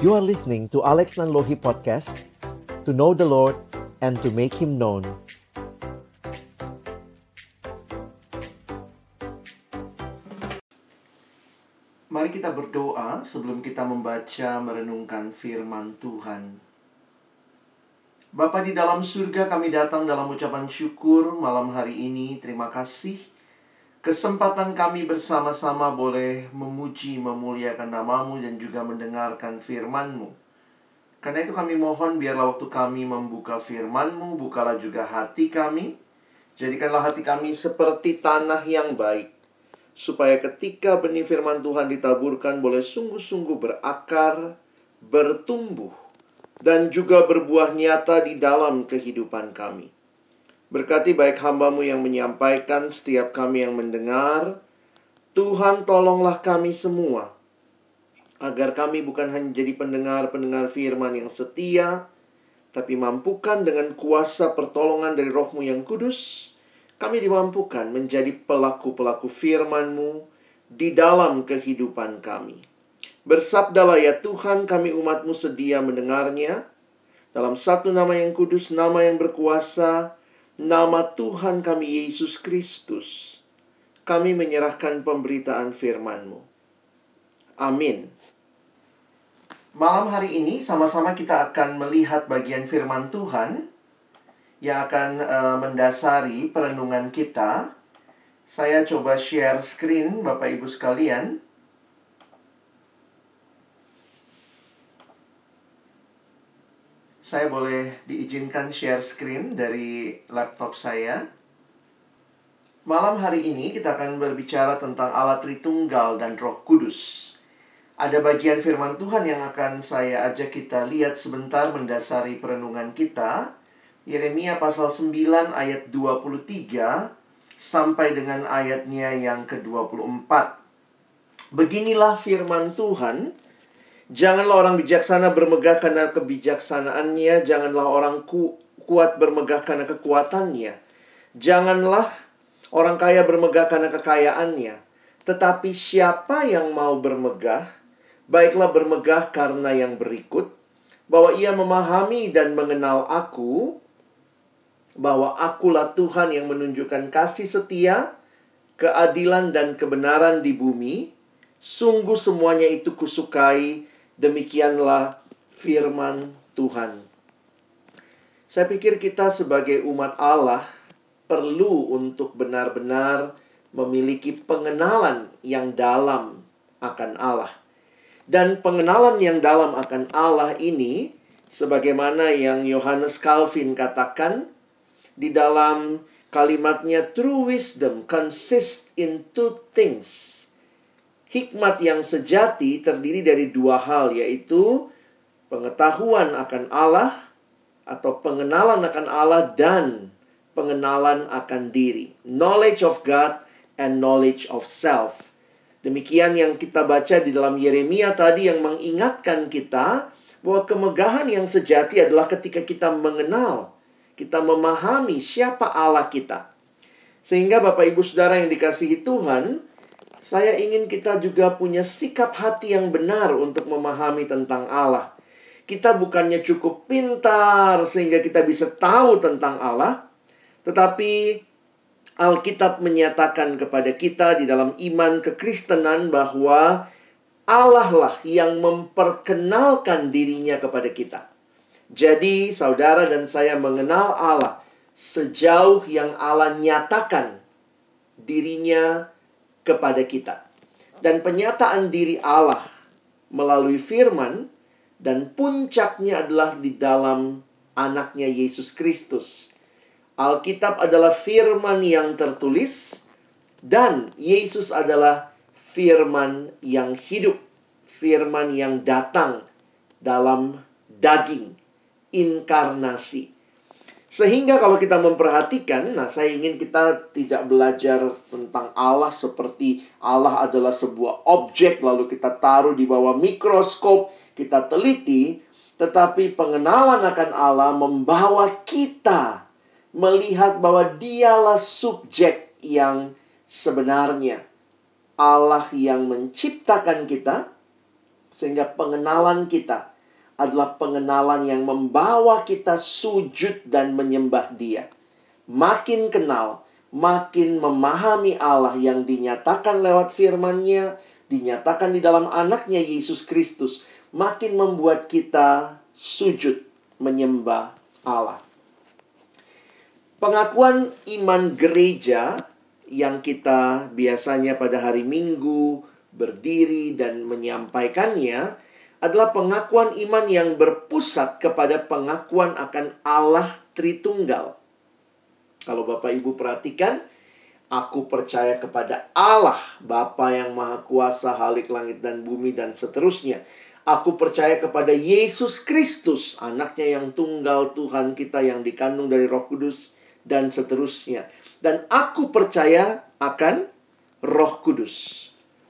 You are listening to Alex Nanlohi Podcast, to know the Lord and to make Him known. Mari kita berdoa sebelum kita membaca merenungkan firman Tuhan. Bapa di dalam surga, kami datang dalam ucapan syukur malam hari ini. Terima kasih kesempatan kami bersama-sama boleh memuji, memuliakan nama-Mu dan juga mendengarkan firman-Mu. Karena itu kami mohon biarlah waktu kami membuka firman-Mu, bukalah juga hati kami. Jadikanlah hati kami seperti tanah yang baik, supaya ketika benih firman Tuhan ditaburkan boleh sungguh-sungguh berakar, bertumbuh, dan juga berbuah nyata di dalam kehidupan kami. Berkati baik hamba-Mu yang menyampaikan, setiap kami yang mendengar. Tuhan, tolonglah kami semua, agar kami bukan hanya jadi pendengar-pendengar firman yang setia, tapi mampukan dengan kuasa pertolongan dari Roh-Mu yang kudus, kami dimampukan menjadi pelaku-pelaku firman-Mu di dalam kehidupan kami. Bersabdalah ya Tuhan, kami umat-Mu sedia mendengarnya. Dalam satu nama yang kudus, nama yang berkuasa, nama Tuhan kami Yesus Kristus, kami menyerahkan pemberitaan firman-Mu. Amin. Malam hari ini sama-sama kita akan melihat bagian firman Tuhan yang akan mendasari perenungan kita. Saya coba share screen Bapak Ibu sekalian. Saya boleh diizinkan share screen dari laptop saya. Malam hari ini kita akan berbicara tentang Allah Tritunggal dan Roh Kudus. Ada bagian firman Tuhan yang akan saya ajak kita lihat sebentar mendasari perenungan kita. Yeremia pasal 9 ayat 23 sampai dengan ayatnya yang ke-24. Beginilah firman Tuhan. Janganlah orang bijaksana bermegah karena kebijaksanaannya. Janganlah orang kuat bermegah karena kekuatannya. Janganlah orang kaya bermegah karena kekayaannya. Tetapi siapa yang mau bermegah, baiklah bermegah karena yang berikut, bahwa ia memahami dan mengenal aku, bahwa akulah Tuhan yang menunjukkan kasih setia, keadilan dan kebenaran di bumi. Sungguh semuanya itu kusukai. Demikianlah firman Tuhan. Saya pikir kita sebagai umat Allah perlu untuk benar-benar memiliki pengenalan yang dalam akan Allah. Dan pengenalan yang dalam akan Allah ini, sebagaimana yang Yohanes Calvin katakan di dalam kalimatnya, true wisdom consists in two things. Hikmat yang sejati terdiri dari dua hal, yaitu pengetahuan akan Allah atau pengenalan akan Allah dan pengenalan akan diri. Knowledge of God and knowledge of self. Demikian yang kita baca di dalam Yeremia tadi yang mengingatkan kita bahwa kemegahan yang sejati adalah ketika kita mengenal, kita memahami siapa Allah kita. Sehingga Bapak Ibu Saudara yang dikasihi Tuhan, saya ingin kita juga punya sikap hati yang benar untuk memahami tentang Allah. Kita bukannya cukup pintar sehingga kita bisa tahu tentang Allah, tetapi Alkitab menyatakan kepada kita di dalam iman kekristenan bahwa Allah lah yang memperkenalkan dirinya kepada kita. Jadi saudara dan saya mengenal Allah sejauh yang Allah nyatakan dirinya kepada kita. Dan penyataan diri Allah melalui firman, dan puncaknya adalah di dalam anaknya Yesus Kristus. Alkitab adalah firman yang tertulis, dan Yesus adalah firman yang hidup, firman yang datang dalam daging, inkarnasi. Sehingga kalau kita memperhatikan, saya ingin kita tidak belajar tentang Allah seperti Allah adalah sebuah objek lalu kita taruh di bawah mikroskop, kita teliti. Tetapi pengenalan akan Allah membawa kita melihat bahwa dialah subjek yang sebenarnya. Allah yang menciptakan kita, sehingga pengenalan kita adalah pengenalan yang membawa kita sujud dan menyembah Dia. Makin kenal, makin memahami Allah yang dinyatakan lewat firman-Nya, dinyatakan di dalam anaknya Yesus Kristus, makin membuat kita sujud menyembah Allah. Pengakuan iman gereja yang kita biasanya pada hari Minggu berdiri dan menyampaikannya adalah pengakuan iman yang berpusat kepada pengakuan akan Allah Tritunggal. Kalau Bapak Ibu perhatikan, aku percaya kepada Allah, Bapa yang Maha Kuasa, Halik langit dan bumi, dan seterusnya. Aku percaya kepada Yesus Kristus, anaknya yang tunggal, Tuhan kita yang dikandung dari Roh Kudus, dan seterusnya. Dan aku percaya akan Roh Kudus.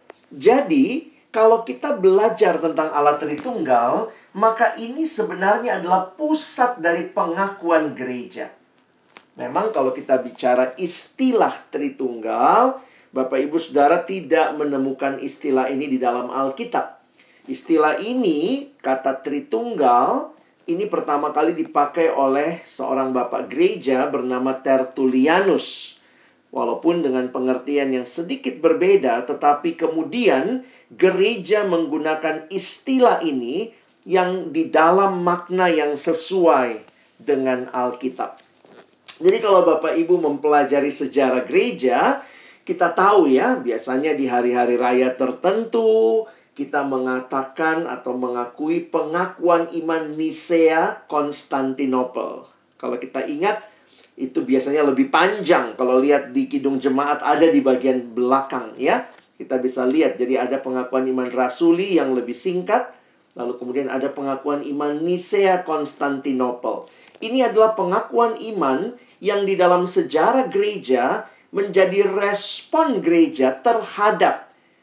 Jadi, kalau kita belajar tentang Allah Tritunggal, maka ini sebenarnya adalah pusat dari pengakuan gereja. Memang kalau kita bicara istilah Tritunggal, Bapak Ibu Saudara tidak menemukan istilah ini di dalam Alkitab. Istilah ini, kata Tritunggal, ini pertama kali dipakai oleh seorang bapak gereja bernama Tertullianus. Walaupun dengan pengertian yang sedikit berbeda, tetapi kemudian gereja menggunakan istilah ini yang di dalam makna yang sesuai dengan Alkitab. Jadi kalau Bapak Ibu mempelajari sejarah gereja, kita tahu ya, biasanya di hari-hari raya tertentu, kita mengatakan atau mengakui pengakuan iman Nisea Konstantinopel. Kalau kita ingat, itu biasanya lebih panjang. Kalau lihat di Kidung Jemaat ada di bagian belakang ya. Kita bisa lihat, jadi ada pengakuan iman rasuli yang lebih singkat. Lalu kemudian ada pengakuan iman Nisea Konstantinopel. Ini adalah pengakuan iman yang di dalam sejarah gereja menjadi respon gereja terhadap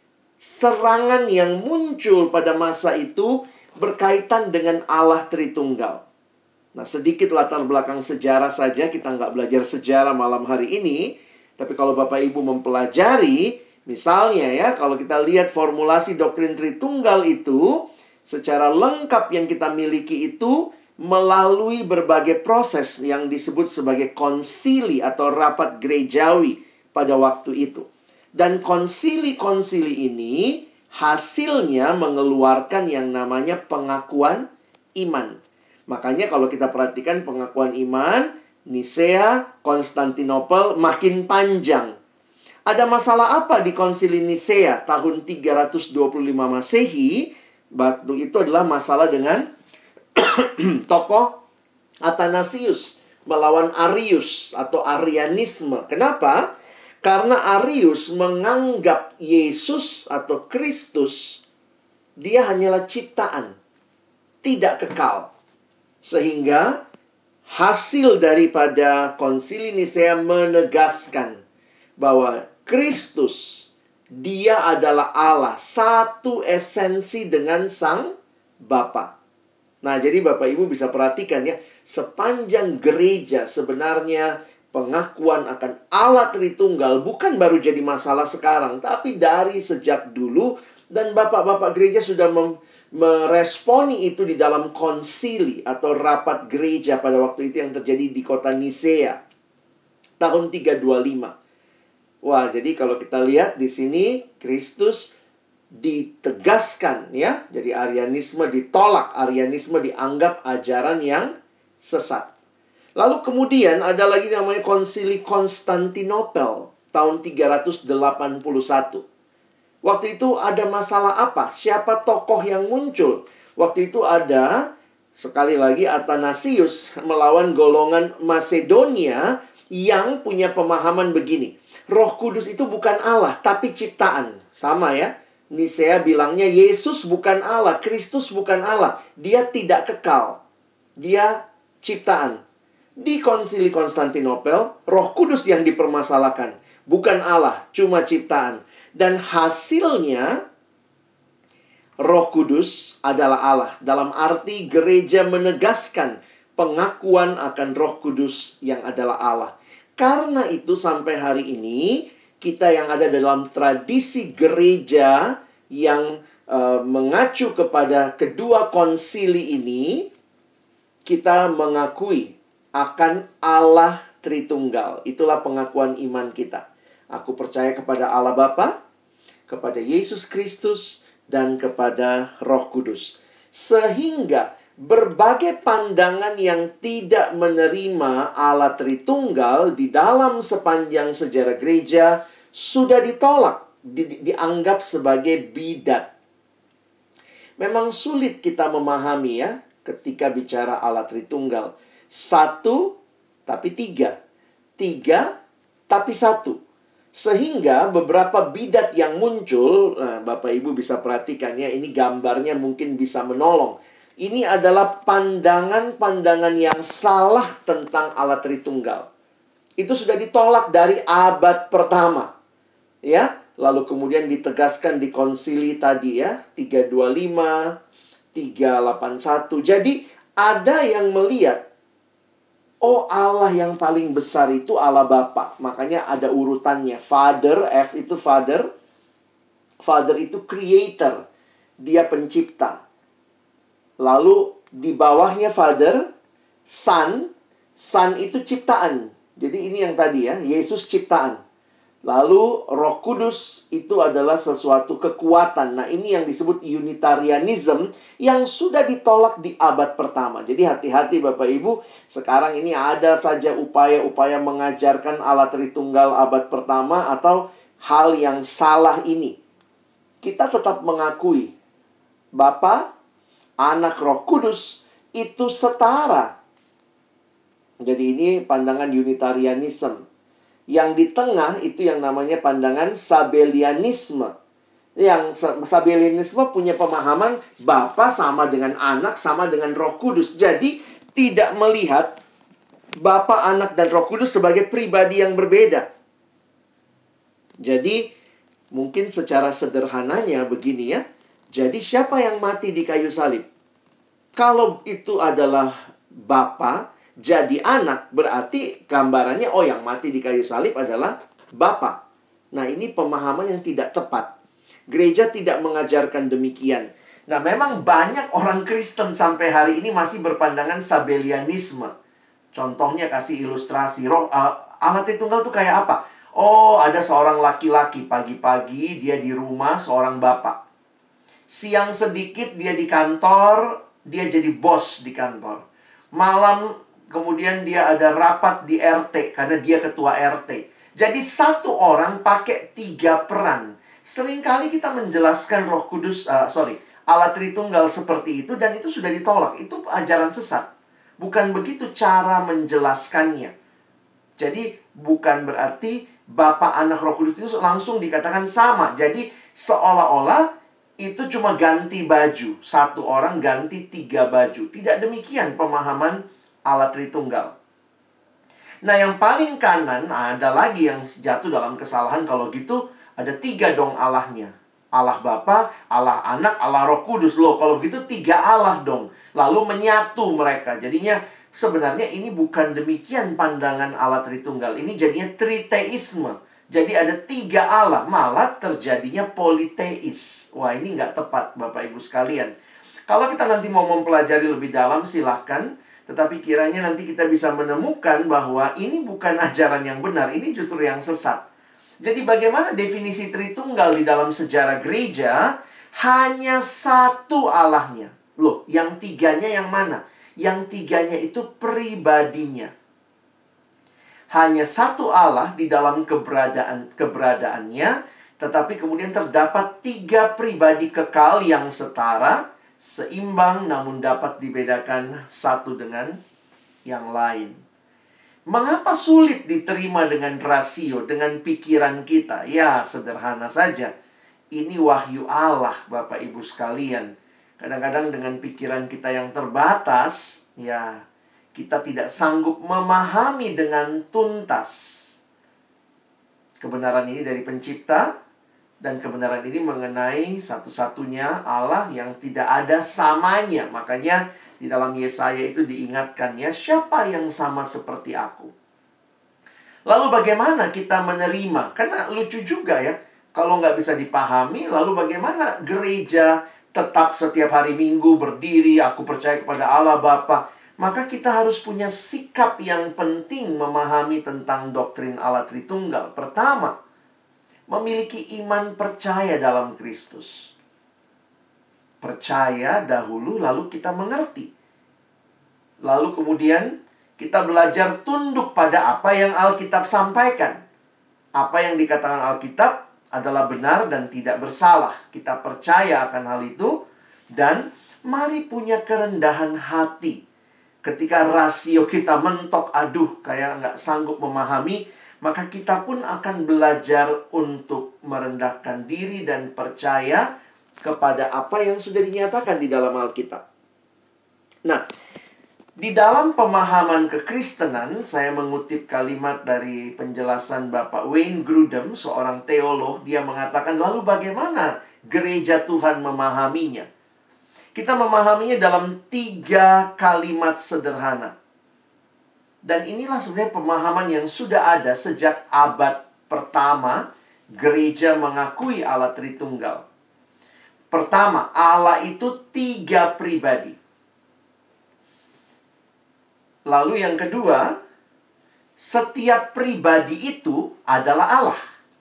serangan yang muncul pada masa itu berkaitan dengan Allah Tritunggal. Nah, sedikit latar belakang sejarah saja, kita nggak belajar sejarah malam hari ini. Tapi kalau Bapak Ibu mempelajari, misalnya ya, kalau kita lihat formulasi doktrin Tritunggal itu, secara lengkap yang kita miliki itu melalui berbagai proses yang disebut sebagai konsili atau rapat gerejawi pada waktu itu. Dan konsili-konsili ini hasilnya mengeluarkan yang namanya pengakuan iman. Makanya kalau kita perhatikan pengakuan iman, Nisea, Konstantinopel makin panjang. Ada masalah apa di konsili Nisea tahun 325 Masehi? Waktu itu adalah masalah dengan tokoh Athanasius melawan Arius atau Arianisme. Kenapa? Karena Arius menganggap Yesus atau Kristus dia hanyalah ciptaan, tidak kekal. Sehingga hasil daripada konsili Nisea menegaskan bahwa Kristus dia adalah Allah, satu esensi dengan Sang Bapa. Nah, jadi Bapak Ibu bisa perhatikan ya, sepanjang gereja sebenarnya pengakuan akan Allah Tritunggal bukan baru jadi masalah sekarang, tapi dari sejak dulu, dan bapak-bapak gereja sudah meresponi itu di dalam konsili atau rapat gereja pada waktu itu yang terjadi di kota Nisea tahun 325. Wah, jadi kalau kita lihat di sini Kristus ditegaskan ya. Jadi Arianisme ditolak, Arianisme dianggap ajaran yang sesat. Lalu kemudian ada lagi namanya konsili Konstantinopel tahun 381. Waktu itu ada masalah apa? Siapa tokoh yang muncul? Waktu itu ada sekali lagi Athanasius melawan golongan Masedonia yang punya pemahaman begini. Roh Kudus itu bukan Allah, tapi ciptaan. Sama ya. Nisea bilangnya Yesus bukan Allah, Kristus bukan Allah. Dia tidak kekal. Dia ciptaan. Di konsili Konstantinopel, Roh Kudus yang dipermasalahkan. Bukan Allah, cuma ciptaan. Dan hasilnya, Roh Kudus adalah Allah. Dalam arti gereja menegaskan pengakuan akan Roh Kudus yang adalah Allah. Karena itu sampai hari ini, kita yang ada dalam tradisi gereja yang mengacu kepada kedua konsili ini, kita mengakui akan Allah Tritunggal. Itulah pengakuan iman kita. Aku percaya kepada Allah Bapa, kepada Yesus Kristus, dan kepada Roh Kudus. Sehingga berbagai pandangan yang tidak menerima Allah Tritunggal di dalam sepanjang sejarah gereja sudah ditolak, dianggap sebagai bidat. Memang sulit kita memahami ya, ketika bicara Allah Tritunggal. Satu, tapi tiga. Tiga, tapi satu. Sehingga beberapa bidat yang muncul, Bapak Ibu bisa perhatikan ya, ini gambarnya mungkin bisa menolong. Ini adalah pandangan-pandangan yang salah tentang Allah Tritunggal. Itu sudah ditolak dari abad pertama. Ya, lalu kemudian ditegaskan di konsili tadi ya, 325, 381. Jadi ada yang melihat, oh Allah yang paling besar itu Allah Bapa. Makanya ada urutannya. Father, F itu Father. Father itu creator. Dia pencipta. Lalu di bawahnya Father, Son. Son itu ciptaan. Jadi ini yang tadi ya, Yesus ciptaan. Lalu Roh Kudus itu adalah sesuatu kekuatan. Nah, ini yang disebut Unitarianism yang sudah ditolak di abad pertama. Jadi hati-hati Bapak Ibu, sekarang ini ada saja upaya-upaya mengajarkan Allah Tritunggal abad pertama atau hal yang salah ini. Kita tetap mengakui Bapa, Anak, Roh Kudus itu setara. Jadi ini pandangan Unitarianism. Yang di tengah itu yang namanya pandangan Sabellianisme. Yang Sabellianisme punya pemahaman Bapa sama dengan Anak, sama dengan Roh Kudus. Jadi tidak melihat Bapa, Anak, dan Roh Kudus sebagai pribadi yang berbeda. Jadi mungkin secara sederhananya begini ya. Jadi siapa yang mati di kayu salib? Kalau itu adalah Bapa, jadi anak, berarti gambarannya, oh yang mati di kayu salib adalah Bapa. Nah, ini pemahaman yang tidak tepat. Gereja tidak mengajarkan demikian. Nah, memang banyak orang Kristen sampai hari ini masih berpandangan Sabellianisme. Contohnya kasih ilustrasi, Allah Tritunggal itu kayak apa? Oh, ada seorang laki-laki, pagi-pagi dia di rumah, seorang bapak. Siang sedikit dia di kantor, dia jadi bos di kantor. Malam kemudian dia ada rapat di RT, karena dia ketua RT. Jadi satu orang pakai 3 peran. Seringkali kita menjelaskan Roh Kudus, Allah Tritunggal seperti itu, dan itu sudah ditolak. Itu ajaran sesat. Bukan begitu cara menjelaskannya. Jadi bukan berarti Bapa, Anak, Roh Kudus itu langsung dikatakan sama. Jadi seolah-olah itu cuma ganti baju. Satu orang ganti 3 baju. Tidak demikian pemahaman Allah Tritunggal. Nah, yang paling kanan, ada lagi yang jatuh dalam kesalahan. Kalau gitu, ada 3 dong Allahnya. Allah Bapa, Allah Anak, Allah Roh Kudus. Loh, kalau begitu 3 Allah dong. Lalu menyatu mereka. Jadinya sebenarnya ini bukan demikian pandangan Allah Tritunggal. Ini jadinya triteisme. Jadi ada 3 Allah. Malah terjadinya politeis. Wah, ini nggak tepat Bapak Ibu sekalian. Kalau kita nanti mau mempelajari lebih dalam, silahkan. Tetapi kiranya nanti kita bisa menemukan bahwa ini bukan ajaran yang benar. Ini justru yang sesat. Jadi bagaimana definisi Tritunggal di dalam sejarah gereja? Hanya satu Allahnya. Loh, yang 3-nya yang mana? Yang 3-nya itu pribadinya. Hanya satu Allah di dalam keberadaannya. Tetapi kemudian terdapat 3 pribadi kekal yang setara, seimbang namun dapat dibedakan satu dengan yang lain. Mengapa sulit diterima dengan rasio, dengan pikiran kita? Ya, sederhana saja. Ini wahyu Allah, Bapak Ibu sekalian. Kadang-kadang dengan pikiran kita yang terbatas, ya, kita tidak sanggup memahami dengan tuntas. Kebenaran ini dari Pencipta, dan kebenaran ini mengenai satu-satunya Allah yang tidak ada samanya. Makanya di dalam Yesaya itu diingatkan ya, siapa yang sama seperti aku? Lalu bagaimana kita menerima? Karena lucu juga ya, Kalau nggak bisa dipahami, lalu bagaimana gereja tetap setiap hari Minggu berdiri, aku percaya kepada Allah Bapa. Maka kita harus punya sikap yang penting memahami tentang doktrin Allah Tritunggal. Pertama, memiliki iman percaya dalam Kristus. Percaya dahulu, lalu kita mengerti. Lalu kemudian kita belajar tunduk pada apa yang Alkitab sampaikan. Apa yang dikatakan Alkitab adalah benar dan tidak bersalah. Kita percaya akan hal itu. Dan mari punya kerendahan hati. Ketika rasio kita mentok, aduh kayak nggak sanggup memahami, maka kita pun akan belajar untuk merendahkan diri dan percaya kepada apa yang sudah dinyatakan di dalam Alkitab. Nah, di dalam pemahaman kekristenan, saya mengutip kalimat dari penjelasan Bapak Wayne Grudem, seorang teolog. Dia mengatakan, lalu bagaimana gereja Tuhan memahaminya? Kita memahaminya dalam 3 kalimat sederhana. Dan inilah sebenarnya pemahaman yang sudah ada sejak abad pertama gereja mengakui Allah Tritunggal. Pertama, Allah itu 3 pribadi. Lalu yang kedua, setiap pribadi itu adalah Allah.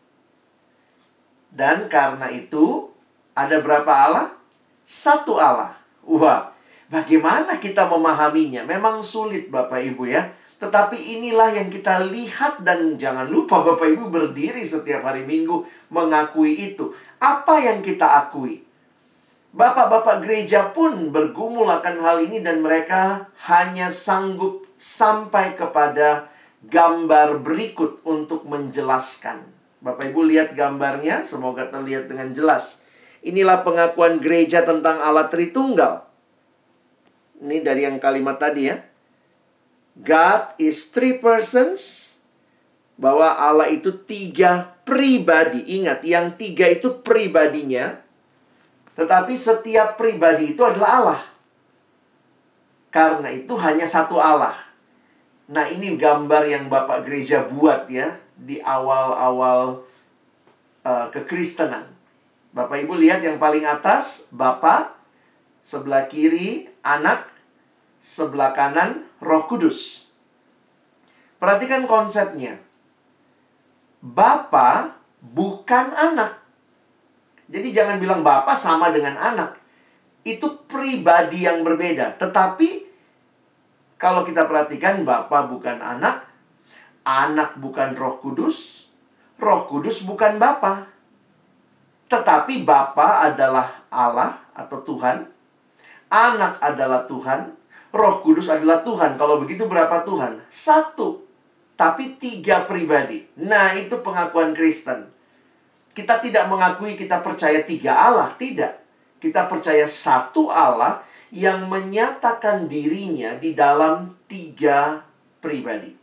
Dan karena itu, ada berapa Allah? 1 Allah. Wah, bagaimana kita memahaminya? Memang sulit Bapak Ibu ya. Tetapi inilah yang kita lihat, dan jangan lupa Bapak Ibu berdiri setiap hari Minggu mengakui itu. Apa yang kita akui? Bapak-bapak gereja pun bergumul akan hal ini dan mereka hanya sanggup sampai kepada gambar berikut untuk menjelaskan. Bapak Ibu lihat gambarnya, semoga terlihat dengan jelas. Inilah pengakuan gereja tentang Allah Tritunggal. Ini dari yang kalimat tadi ya. God is 3 persons. Bahwa Allah itu 3 pribadi. Ingat, yang 3 itu pribadinya. Tetapi setiap pribadi itu adalah Allah. Karena itu hanya 1 Allah. Nah, ini gambar yang Bapak gereja buat ya. Di awal-awal kekristenan. Bapak Ibu lihat yang paling atas, Bapa. Sebelah kiri, Anak. Sebelah kanan, Roh Kudus. Perhatikan konsepnya. Bapa bukan anak. Jadi jangan bilang Bapa sama dengan anak. Itu pribadi yang berbeda. Tetapi kalau kita perhatikan, Bapa bukan anak, Anak bukan Roh Kudus, Roh Kudus bukan Bapa. Tetapi Bapa adalah Allah atau Tuhan, Anak adalah Tuhan, Roh Kudus adalah Tuhan. Kalau begitu berapa Tuhan? 1. Tapi 3 pribadi. Nah, itu pengakuan Kristen. Kita tidak mengakui kita percaya 3 Allah. Tidak. Kita percaya 1 Allah yang menyatakan dirinya di dalam 3 pribadi.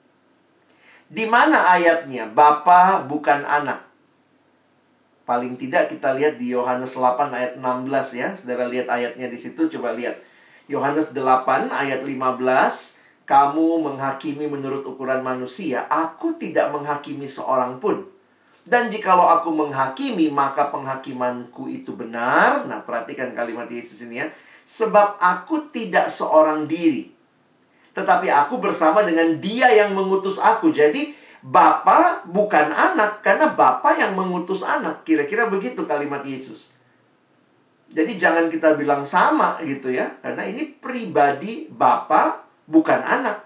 Di mana ayatnya? Bapa bukan anak. Paling tidak kita lihat di Yohanes 8 ayat 16 ya. Saudara lihat ayatnya di situ, coba lihat. Yohanes 8 ayat 15. Kamu menghakimi menurut ukuran manusia. Aku tidak menghakimi seorang pun. Dan jikalau aku menghakimi, maka penghakimanku itu benar. Nah, perhatikan kalimat Yesus ini ya. Sebab aku tidak seorang diri, tetapi aku bersama dengan Dia yang mengutus aku. Jadi, Bapa bukan anak, karena Bapa yang mengutus anak. Kira-kira begitu kalimat Yesus. Jadi, jangan kita bilang sama gitu ya. Karena ini pribadi Bapa, bukan anak.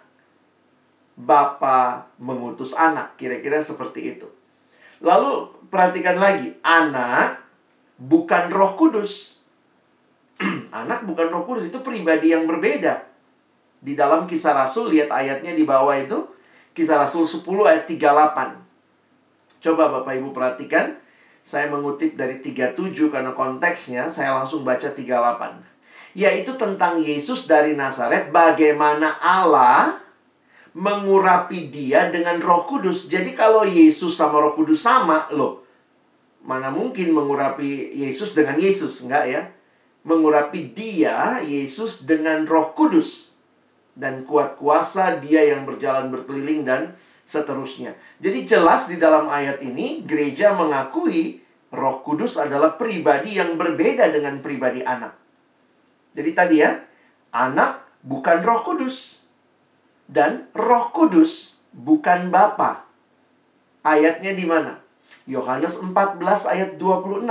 Bapa mengutus anak. Kira-kira seperti itu. Lalu perhatikan lagi, anak bukan Roh Kudus. Anak bukan Roh Kudus, itu pribadi yang berbeda. Di dalam Kisah Rasul, lihat ayatnya di bawah itu, Kisah Rasul 10 ayat 38. Coba Bapak Ibu perhatikan, saya mengutip dari 37 karena konteksnya, saya langsung baca 38. Yaitu tentang Yesus dari Nazaret, bagaimana Allah mengurapi Dia dengan Roh Kudus. Jadi kalau Yesus sama Roh Kudus sama, loh, mana mungkin mengurapi Yesus dengan Yesus? Enggak ya. Mengurapi Dia, Yesus, dengan Roh Kudus. Dan kuat kuasa Dia yang berjalan berkeliling dan seterusnya. Jadi jelas di dalam ayat ini gereja mengakui Roh Kudus adalah pribadi yang berbeda dengan pribadi anak. Jadi tadi ya, anak bukan Roh Kudus dan Roh Kudus bukan Bapa. Ayatnya di mana? Yohanes 14 ayat 26.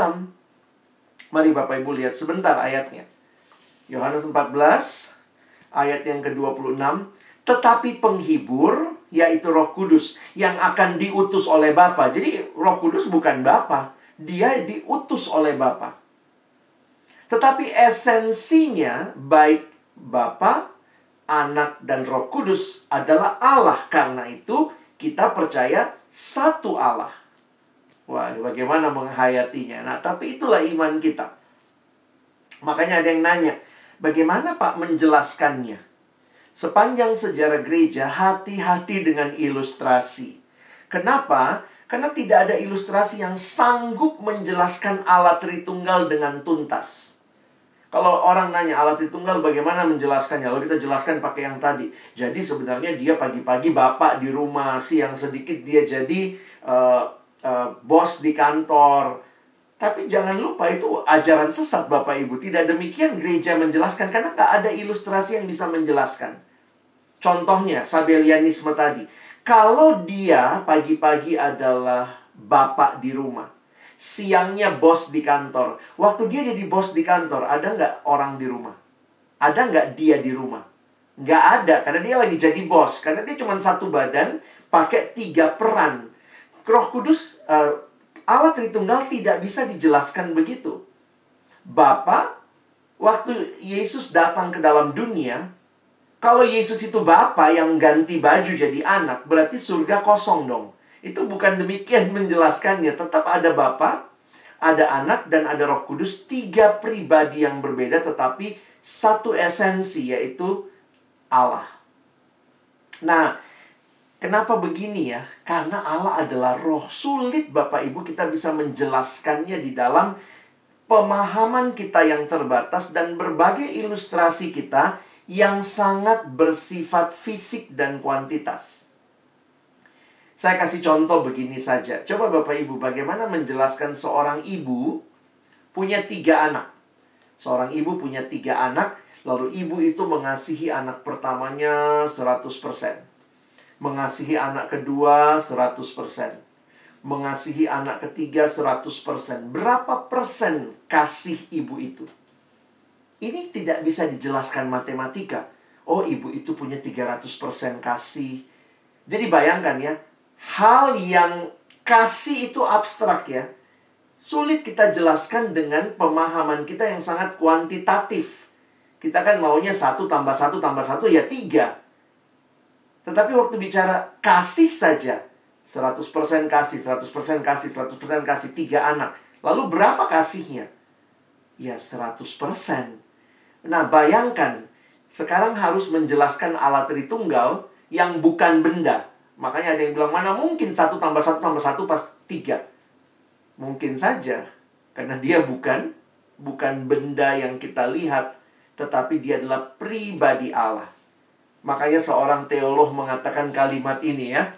Mari Bapak Ibu lihat sebentar ayatnya. Yohanes 14 ayat yang ke-26. Tetapi penghibur, yaitu Roh Kudus, yang akan diutus oleh Bapa. Jadi Roh Kudus bukan Bapa, dia diutus oleh Bapa. Tetapi esensinya baik Bapa, Anak, dan Roh Kudus adalah Allah. Karena itu kita percaya satu Allah. Wah, bagaimana menghayatinya? Nah, tapi itulah iman kita. Makanya ada yang nanya, bagaimana Pak menjelaskannya? Sepanjang sejarah gereja, hati-hati dengan ilustrasi. Kenapa? Karena tidak ada ilustrasi yang sanggup menjelaskan Allah Tritunggal dengan tuntas. Kalau orang nanya Allah Tritunggal bagaimana menjelaskannya, lalu kita jelaskan pakai yang tadi. Jadi sebenarnya dia pagi-pagi bapak di rumah, siang sedikit dia jadi bos di kantor. Tapi jangan lupa itu ajaran sesat Bapak Ibu. Tidak demikian gereja menjelaskan, karena nggak ada ilustrasi yang bisa menjelaskan. Contohnya Sabellianisme tadi. Kalau dia pagi-pagi adalah bapak di rumah, siangnya bos di kantor. Waktu dia jadi bos di kantor, ada nggak orang di rumah? Ada nggak dia di rumah? Nggak ada, karena dia lagi jadi bos. Karena dia cuma satu badan, pakai 3 peran. Roh Kudus, Allah Tritunggal tidak bisa dijelaskan begitu. Bapa, waktu Yesus datang ke dalam dunia, kalau Yesus itu Bapa yang ganti baju jadi anak, berarti surga kosong dong. Itu bukan demikian menjelaskannya. Tetap ada Bapa, ada Anak, dan ada Roh Kudus. 3 pribadi yang berbeda, tetapi satu esensi, yaitu Allah. Nah, kenapa begini ya? Karena Allah adalah roh. Sulit Bapak Ibu kita bisa menjelaskannya di dalam pemahaman kita yang terbatas dan berbagai ilustrasi kita yang sangat bersifat fisik dan kuantitas. Saya kasih contoh begini saja. Coba Bapak Ibu, bagaimana menjelaskan seorang ibu punya 3 anak. Seorang ibu punya 3 anak, lalu ibu itu mengasihi anak pertamanya 100%. Mengasihi anak kedua 100%. Mengasihi anak ketiga 100%. Berapa persen kasih ibu itu? Ini tidak bisa dijelaskan matematika. Oh, ibu itu punya 300% kasih. Jadi bayangkan ya, hal yang kasih itu abstrak ya. Sulit kita jelaskan dengan pemahaman kita yang sangat kuantitatif. Kita kan maunya 1 tambah 1 tambah 1 ya 3. Tetapi waktu bicara kasih saja, 100% kasih, 100% kasih, 100% kasih, 3 anak. Lalu berapa kasihnya? Ya 100%. Nah bayangkan, sekarang harus menjelaskan Allah Tritunggal yang bukan benda. Makanya ada yang bilang, mana mungkin 1 tambah 1 tambah 1 pas 3. Mungkin saja, karena dia bukan benda yang kita lihat, tetapi dia adalah pribadi Allah. Makanya seorang teolog mengatakan kalimat ini ya.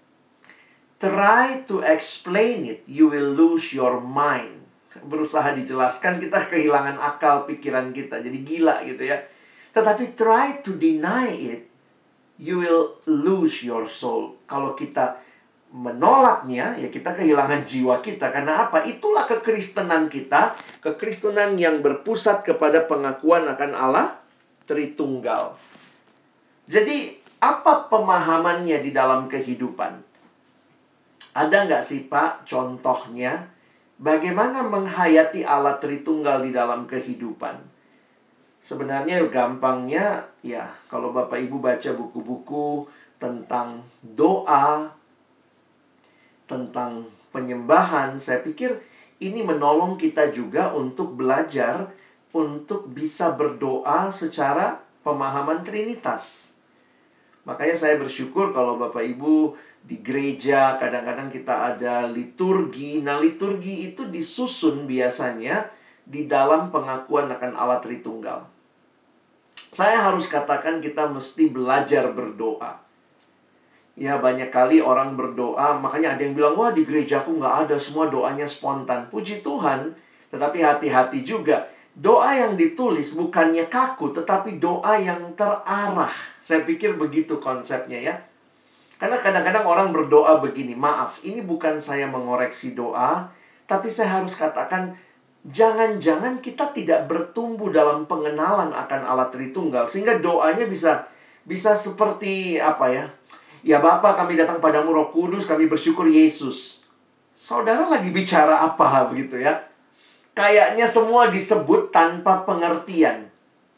Try to explain it, you will lose your mind. Berusaha dijelaskan, kita kehilangan akal pikiran kita. Jadi gila gitu ya. Tetapi try to deny it, you will lose your soul. Kalau kita menolaknya, ya kita kehilangan jiwa kita. Karena apa? Itulah kekristenan kita. Kekristenan yang berpusat kepada pengakuan akan Allah Tritunggal. Jadi, apa pemahamannya di dalam kehidupan? Ada nggak sih Pak contohnya? Bagaimana menghayati Allah Tritunggal di dalam kehidupan? Sebenarnya gampangnya, ya kalau Bapak Ibu baca buku-buku tentang doa, tentang penyembahan, saya pikir ini menolong kita juga untuk belajar, untuk bisa berdoa secara pemahaman Trinitas. Makanya saya bersyukur kalau Bapak Ibu di gereja kadang-kadang kita ada liturgi. Nah, liturgi itu disusun biasanya di dalam pengakuan akan Allah Tritunggal. Saya harus katakan kita mesti belajar berdoa. Ya, banyak kali orang berdoa, makanya ada yang bilang, wah di gerejaku nggak ada, semua doanya spontan. Puji Tuhan, tetapi hati-hati juga. Doa yang ditulis bukannya kaku, tetapi doa yang terarah. Saya pikir begitu konsepnya ya. Karena kadang-kadang orang berdoa begini, maaf, ini bukan saya mengoreksi doa, tapi saya harus katakan, jangan-jangan kita tidak bertumbuh dalam pengenalan akan Allah Tritunggal, sehingga doanya bisa seperti apa ya? Ya Bapa, kami datang padamu Roh Kudus, kami bersyukur Yesus. Saudara lagi bicara apa begitu ya? Kayaknya semua disebut tanpa pengertian.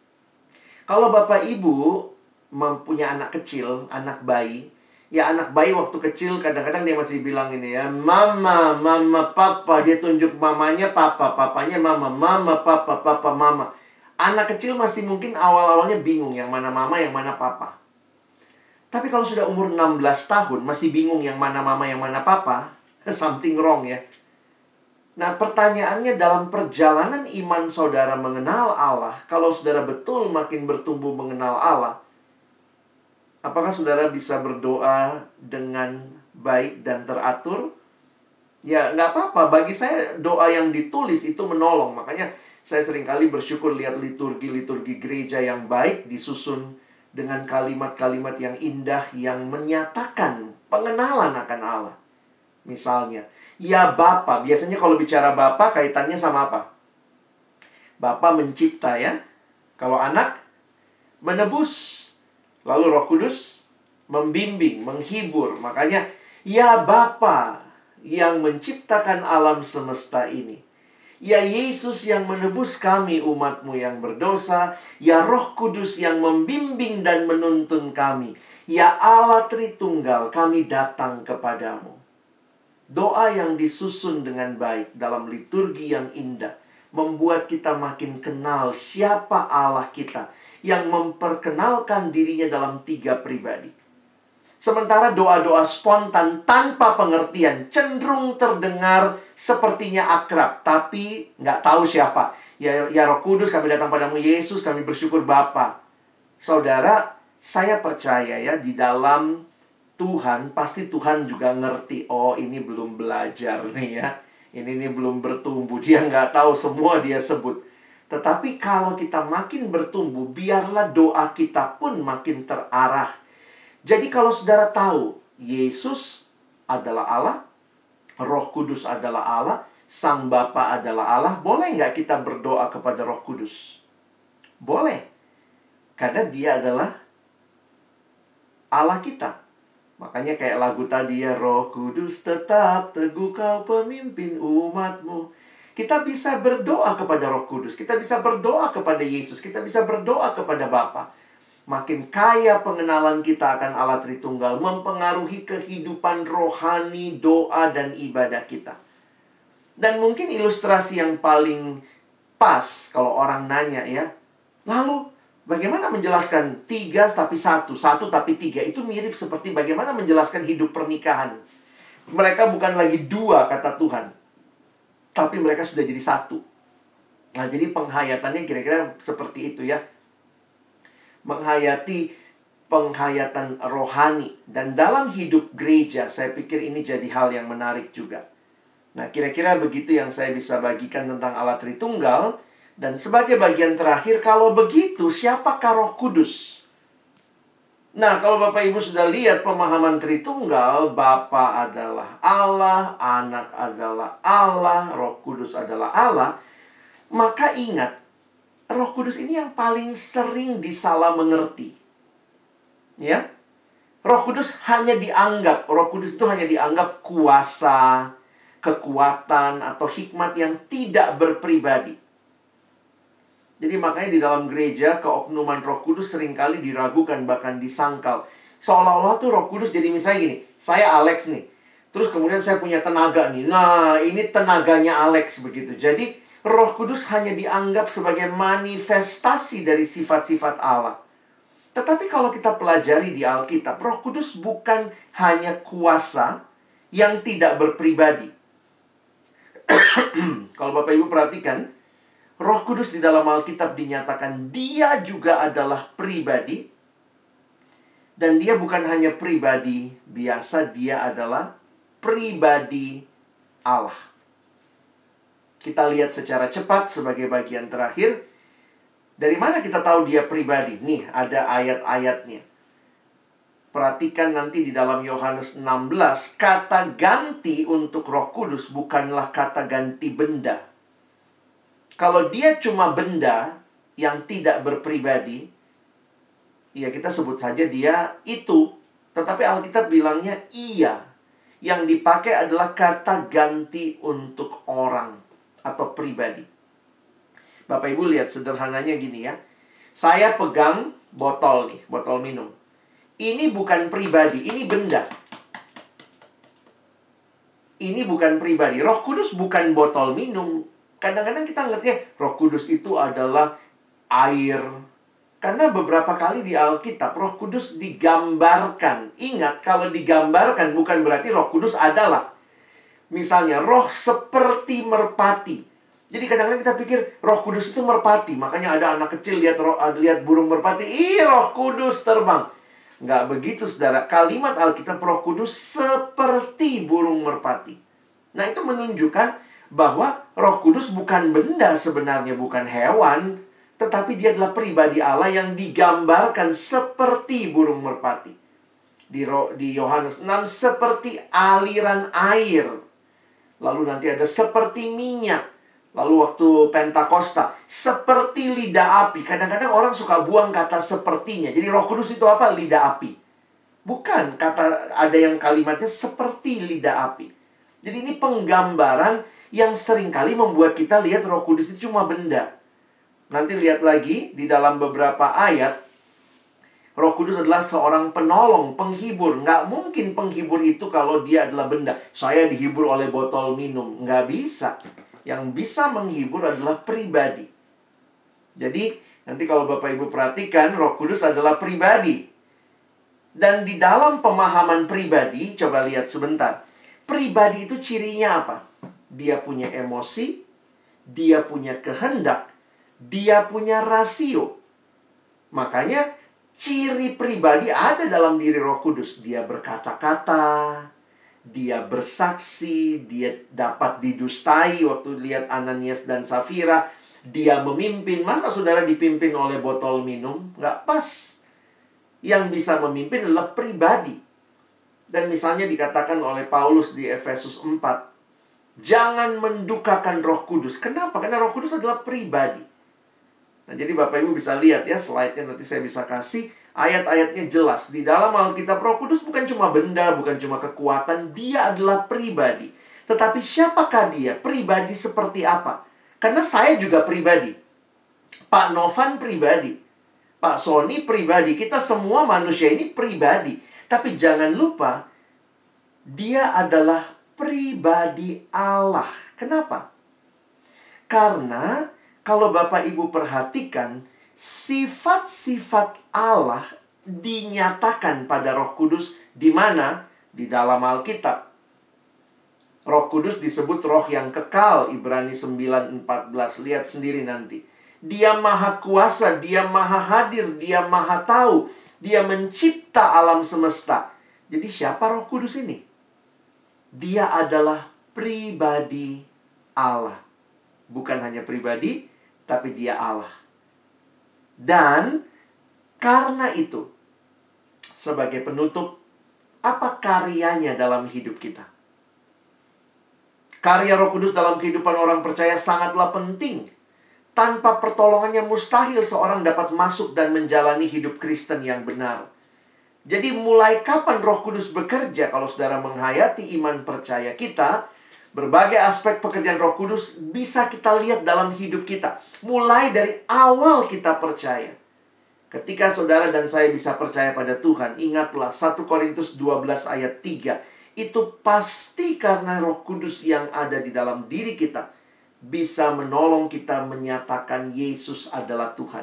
Kalau Bapak Ibu mempunyai anak kecil, anak bayi, ya anak bayi waktu kecil kadang-kadang dia masih bilang ini ya, mama, mama, papa. Dia tunjuk mamanya papa, papanya mama, mama, papa, papa, mama. Anak kecil masih mungkin awal-awalnya bingung yang mana mama, yang mana papa. Tapi kalau sudah umur 16 tahun masih bingung yang mana mama, yang mana papa, something wrong ya. Nah, pertanyaannya dalam perjalanan iman saudara mengenal Allah, kalau saudara betul makin bertumbuh mengenal Allah, apakah saudara bisa berdoa dengan baik dan teratur? Ya, nggak apa-apa. Bagi saya, doa yang ditulis itu menolong. Makanya saya seringkali bersyukur lihat liturgi-liturgi gereja yang baik disusun dengan kalimat-kalimat yang indah yang menyatakan pengenalan akan Allah. Misalnya, ya Bapa. Biasanya kalau bicara Bapa kaitannya sama apa? Bapa mencipta ya. Kalau anak, menebus. Lalu Roh Kudus membimbing, menghibur. Makanya, ya Bapa yang menciptakan alam semesta ini. Ya Yesus yang menebus kami umat-Mu yang berdosa. Ya Roh Kudus yang membimbing dan menuntun kami. Ya Allah Tritunggal, kami datang kepadamu. Doa yang disusun dengan baik dalam liturgi yang indah membuat kita makin kenal siapa Allah kita yang memperkenalkan dirinya dalam 3 pribadi. Sementara doa-doa spontan tanpa pengertian cenderung terdengar sepertinya akrab, tapi nggak tahu siapa. Ya Roh Kudus, kami datang padamu Yesus, kami bersyukur Bapa. Saudara, saya percaya ya di dalam Tuhan, pasti Tuhan juga ngerti, oh ini belum belajar nih ya. Ini belum bertumbuh, dia nggak tahu semua dia sebut. Tetapi kalau kita makin bertumbuh, biarlah doa kita pun makin terarah. Jadi kalau saudara tahu, Yesus adalah Allah, Roh Kudus adalah Allah, Sang Bapa adalah Allah, boleh nggak kita berdoa kepada Roh Kudus? Boleh. Karena dia adalah Allah kita. Makanya kayak lagu tadi ya, Roh Kudus tetap teguh kau pemimpin umat-Mu. Kita bisa berdoa kepada Roh Kudus, kita bisa berdoa kepada Yesus, kita bisa berdoa kepada Bapa. Makin kaya pengenalan kita akan Allah Tritunggal, mempengaruhi kehidupan rohani, doa, dan ibadah kita. Dan mungkin ilustrasi yang paling pas kalau orang nanya ya, lalu bagaimana menjelaskan 3 tapi 1, 1 tapi 3? Itu mirip seperti bagaimana menjelaskan hidup pernikahan. Mereka bukan lagi 2 kata Tuhan, tapi mereka sudah jadi 1. Nah, jadi penghayatannya kira-kira seperti itu ya. Menghayati penghayatan rohani. Dan dalam hidup gereja, saya pikir ini jadi hal yang menarik juga. Nah, kira-kira begitu yang saya bisa bagikan tentang Allah Tritunggal. Dan sebagai bagian terakhir, kalau begitu, siapakah Roh Kudus? Nah, kalau Bapak Ibu sudah lihat pemahaman Tritunggal, Bapa adalah Allah, Anak adalah Allah, Roh Kudus adalah Allah, maka ingat, Roh Kudus ini yang paling sering disalah mengerti. Ya. Roh Kudus Roh Kudus itu hanya dianggap kuasa, kekuatan, atau hikmat yang tidak berpribadi. Jadi makanya di dalam gereja, keoknuman Roh Kudus seringkali diragukan, bahkan disangkal. Seolah-olah tuh Roh Kudus jadi misalnya gini, saya Alex nih. Terus kemudian saya punya tenaga nih. Nah, ini tenaganya Alex begitu. Jadi Roh Kudus hanya dianggap sebagai manifestasi dari sifat-sifat Allah. Tetapi kalau kita pelajari di Alkitab, Roh Kudus bukan hanya kuasa yang tidak berpribadi. Kalau Bapak Ibu perhatikan, Roh Kudus di dalam Alkitab dinyatakan dia juga adalah pribadi Dan dia bukan hanya pribadi biasa, dia adalah pribadi Allah. Kita lihat secara cepat sebagai bagian terakhir. Dari mana kita tahu dia pribadi? Nih, ada ayat-ayatnya. Perhatikan nanti di dalam Yohanes 16, kata ganti untuk Roh Kudus bukanlah kata ganti benda. Kalau dia cuma benda yang tidak berpribadi, ya kita sebut saja dia itu. Tetapi Alkitab bilangnya iya. Yang dipakai adalah kata ganti untuk orang atau pribadi. Bapak Ibu lihat sederhananya gini ya. Saya pegang botol nih, botol minum. Ini bukan pribadi, ini benda. Ini bukan pribadi. Roh Kudus bukan botol minum. Kadang-kadang kita ngerti Roh Kudus itu adalah air. Karena beberapa kali di Alkitab Roh Kudus digambarkan. Ingat, kalau digambarkan bukan berarti Roh Kudus adalah. Misalnya, roh seperti merpati. Jadi kadang-kadang kita pikir Roh Kudus itu merpati. Makanya ada anak kecil lihat burung merpati. Ih, Roh Kudus terbang. Nggak begitu, saudara. Kalimat Alkitab Roh Kudus seperti burung merpati. Nah, itu menunjukkan bahwa Roh Kudus bukan benda sebenarnya, bukan hewan, tetapi dia adalah pribadi Allah yang digambarkan seperti burung merpati. Di Yohanes 6 seperti aliran air. Lalu nanti ada seperti minyak. Lalu waktu Pentakosta seperti lidah api. Kadang-kadang orang suka buang kata sepertinya. Jadi Roh Kudus itu apa? Lidah api. Bukan, ada yang kalimatnya seperti lidah api. Jadi ini penggambaran yang seringkali membuat kita lihat Roh Kudus itu cuma benda. Nanti lihat lagi di dalam beberapa ayat, Roh Kudus adalah seorang penolong, penghibur. Nggak mungkin penghibur itu kalau dia adalah benda. Saya dihibur oleh botol minum. Nggak bisa. Yang bisa menghibur adalah pribadi. Jadi, nanti kalau Bapak Ibu perhatikan, Roh Kudus adalah pribadi. Dan di dalam pemahaman pribadi, coba lihat sebentar. Pribadi itu cirinya apa? Dia punya emosi, dia punya kehendak, dia punya rasio. Makanya ciri pribadi ada dalam diri Roh Kudus. Dia berkata-kata, dia bersaksi, dia dapat didustai. Waktu lihat Ananias dan Safira, dia memimpin. Masa saudara dipimpin oleh botol minum? Nggak pas. Yang bisa memimpin adalah pribadi. Dan misalnya dikatakan oleh Paulus di Efesus 4, jangan mendukakan Roh Kudus. Kenapa? Karena Roh Kudus adalah pribadi. Nah, jadi Bapak Ibu bisa lihat ya, slide-nya nanti saya bisa kasih. Ayat-ayatnya jelas. Di dalam Alkitab Roh Kudus bukan cuma benda, bukan cuma kekuatan. Dia adalah pribadi. Tetapi siapakah dia? Pribadi seperti apa? Karena saya juga pribadi. Pak Novan pribadi. Pak Sony pribadi. Kita semua manusia ini pribadi. Tapi jangan lupa, dia adalah pribadi Allah. Kenapa? Karena kalau Bapak Ibu perhatikan, sifat-sifat Allah dinyatakan pada Roh Kudus. Di mana? Di dalam Alkitab. Roh Kudus disebut roh yang kekal. Ibrani 9:14. Lihat sendiri nanti. Dia maha kuasa, dia maha hadir, dia maha tahu. Dia mencipta alam semesta. Jadi siapa Roh Kudus ini? Dia adalah pribadi Allah. Bukan hanya pribadi, tapi dia Allah. Dan karena itu, sebagai penutup, apa karyanya dalam hidup kita? Karya Roh Kudus dalam kehidupan orang percaya sangatlah penting. Tanpa pertolongannya mustahil seorang dapat masuk dan menjalani hidup Kristen yang benar. Jadi mulai kapan Roh Kudus bekerja? Kalau saudara menghayati iman percaya kita, berbagai aspek pekerjaan Roh Kudus bisa kita lihat dalam hidup kita. Mulai dari awal kita percaya. Ketika saudara dan saya bisa percaya pada Tuhan, ingatlah 1 Korintus 12 ayat 3. Itu pasti karena Roh Kudus yang ada di dalam diri kita bisa menolong kita menyatakan Yesus adalah Tuhan.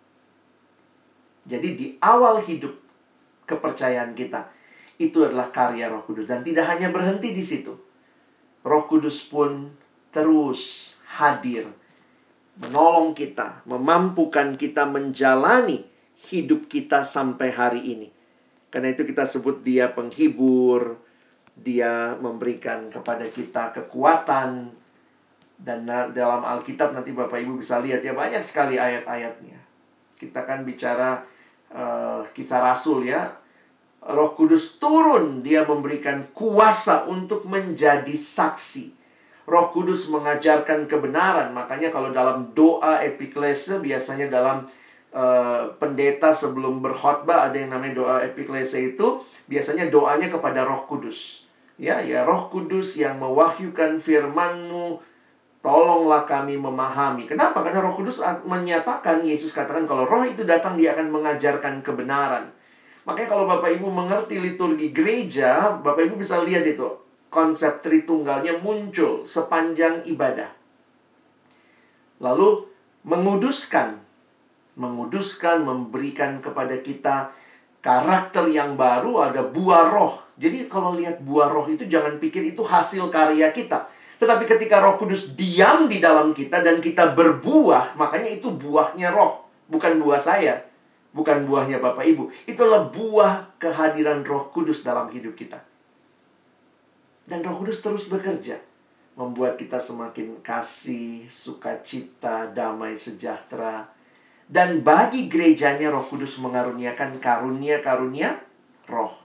Jadi di awal hidup kepercayaan kita, itu adalah karya Roh Kudus. Dan tidak hanya berhenti di situ. Roh Kudus pun terus hadir, menolong kita, memampukan kita menjalani hidup kita sampai hari ini. Karena itu kita sebut dia penghibur. Dia memberikan kepada kita kekuatan. Dan dalam Alkitab nanti Bapak Ibu bisa lihat ya, banyak sekali ayat-ayatnya. Kita kan bicara Kisah Rasul ya. Roh Kudus turun, dia memberikan kuasa untuk menjadi saksi. Roh Kudus mengajarkan kebenaran. Makanya kalau dalam doa epiklese, biasanya dalam pendeta sebelum berkhotbah ada yang namanya doa epiklese itu, biasanya doanya kepada Roh Kudus. Ya Roh Kudus yang mewahyukan firman-Mu, tolonglah kami memahami. Kenapa? Karena Roh Kudus menyatakan, Yesus katakan kalau Roh itu datang, dia akan mengajarkan kebenaran. Makanya kalau Bapak Ibu mengerti liturgi gereja, Bapak Ibu bisa lihat itu. Konsep Tritunggalnya muncul sepanjang ibadah. Lalu menguduskan, memberikan kepada kita karakter yang baru, ada buah roh. Jadi kalau lihat buah roh itu jangan pikir itu hasil karya kita. Tetapi ketika Roh Kudus diam di dalam kita dan kita berbuah, makanya itu buahnya roh. Bukan buah saya, bukan buahnya Bapak Ibu. Itulah buah kehadiran Roh Kudus dalam hidup kita. Dan Roh Kudus terus bekerja, membuat kita semakin kasih, sukacita, damai, sejahtera. Dan bagi gerejanya Roh Kudus mengaruniakan karunia-karunia roh.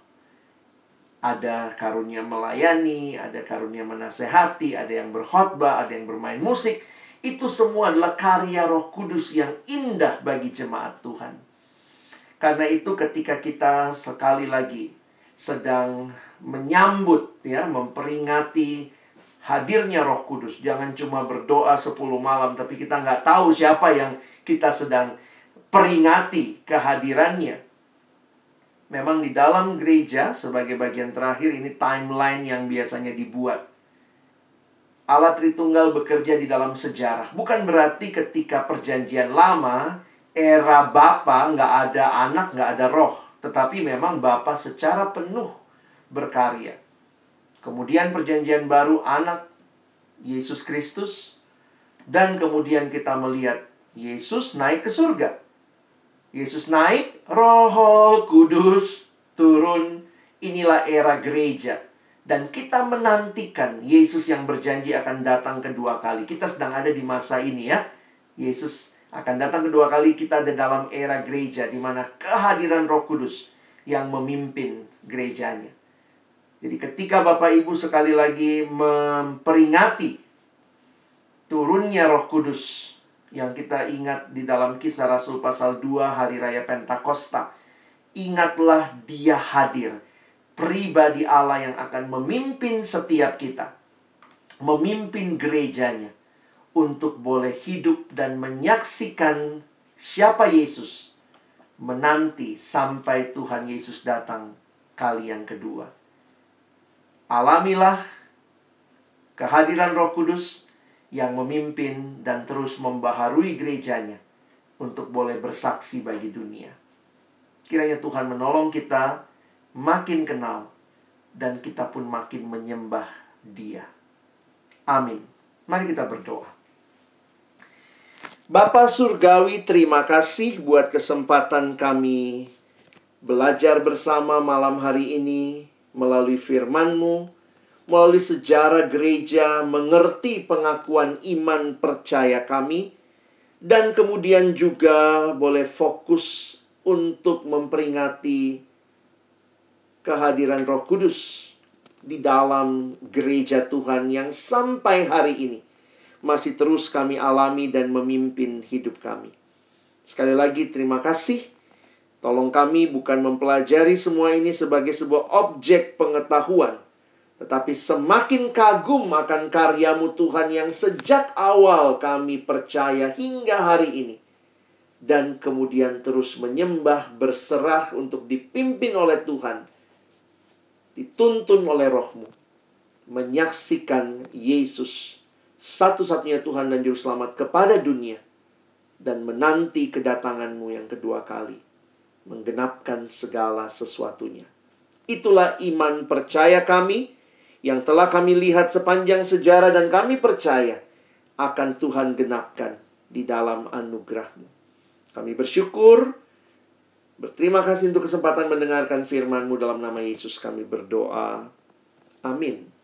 Ada karunia melayani, ada karunia menasehati, ada yang berkhotbah, ada yang bermain musik. Itu semua adalah karya Roh Kudus yang indah bagi jemaat Tuhan. Karena itu ketika kita sekali lagi sedang menyambut ya, memperingati hadirnya Roh Kudus, jangan cuma berdoa 10 malam tapi kita nggak tahu siapa yang kita sedang peringati kehadirannya. Memang di dalam gereja sebagai bagian terakhir ini timeline yang biasanya dibuat. Allah Tritunggal bekerja di dalam sejarah. Bukan berarti ketika perjanjian lama, era Bapa nggak ada anak, nggak ada roh. Tetapi memang Bapa secara penuh berkarya. Kemudian perjanjian baru anak Yesus Kristus. Dan kemudian kita melihat Yesus naik ke surga. Yesus naik, Roh Kudus turun. Inilah era gereja. Dan kita menantikan Yesus yang berjanji akan datang kedua kali. Kita sedang ada di masa ini ya. Yesus akan datang kedua kali. Kita ada dalam era gereja, di mana kehadiran Roh Kudus yang memimpin gerejanya. Jadi ketika Bapak Ibu sekali lagi memperingati turunnya Roh Kudus, yang kita ingat di dalam Kisah Rasul pasal 2 Hari Raya Pentakosta. Ingatlah dia hadir. Pribadi Allah yang akan memimpin setiap kita. Memimpin gerejanya. Untuk boleh hidup dan menyaksikan siapa Yesus. Menanti sampai Tuhan Yesus datang kali yang kedua. Alamilah kehadiran Roh Kudus yang memimpin dan terus membaharui gerejanya untuk boleh bersaksi bagi dunia. Kiranya Tuhan menolong kita makin kenal dan kita pun makin menyembah Dia. Amin. Mari kita berdoa. Bapa Surgawi, terima kasih buat kesempatan kami belajar bersama malam hari ini melalui firman-Mu, melalui sejarah gereja, mengerti pengakuan iman percaya kami, dan kemudian juga boleh fokus untuk memperingati kehadiran Roh Kudus di dalam gereja Tuhan yang sampai hari ini masih terus kami alami dan memimpin hidup kami. Sekali lagi terima kasih. Tolong kami bukan mempelajari semua ini sebagai sebuah objek pengetahuan, tetapi semakin kagum akan karya-Mu Tuhan yang sejak awal kami percaya hingga hari ini. Dan kemudian terus menyembah, berserah untuk dipimpin oleh Tuhan. Dituntun oleh Roh-Mu. Menyaksikan Yesus, satu-satunya Tuhan dan Juru Selamat kepada dunia. Dan menanti kedatangan-Mu yang kedua kali. Menggenapkan segala sesuatunya. Itulah iman percaya kami yang telah kami lihat sepanjang sejarah dan kami percaya akan Tuhan genapkan di dalam anugerah-Mu. Kami bersyukur Berterima kasih untuk kesempatan mendengarkan firman-Mu. Dalam nama Yesus kami berdoa. Amin.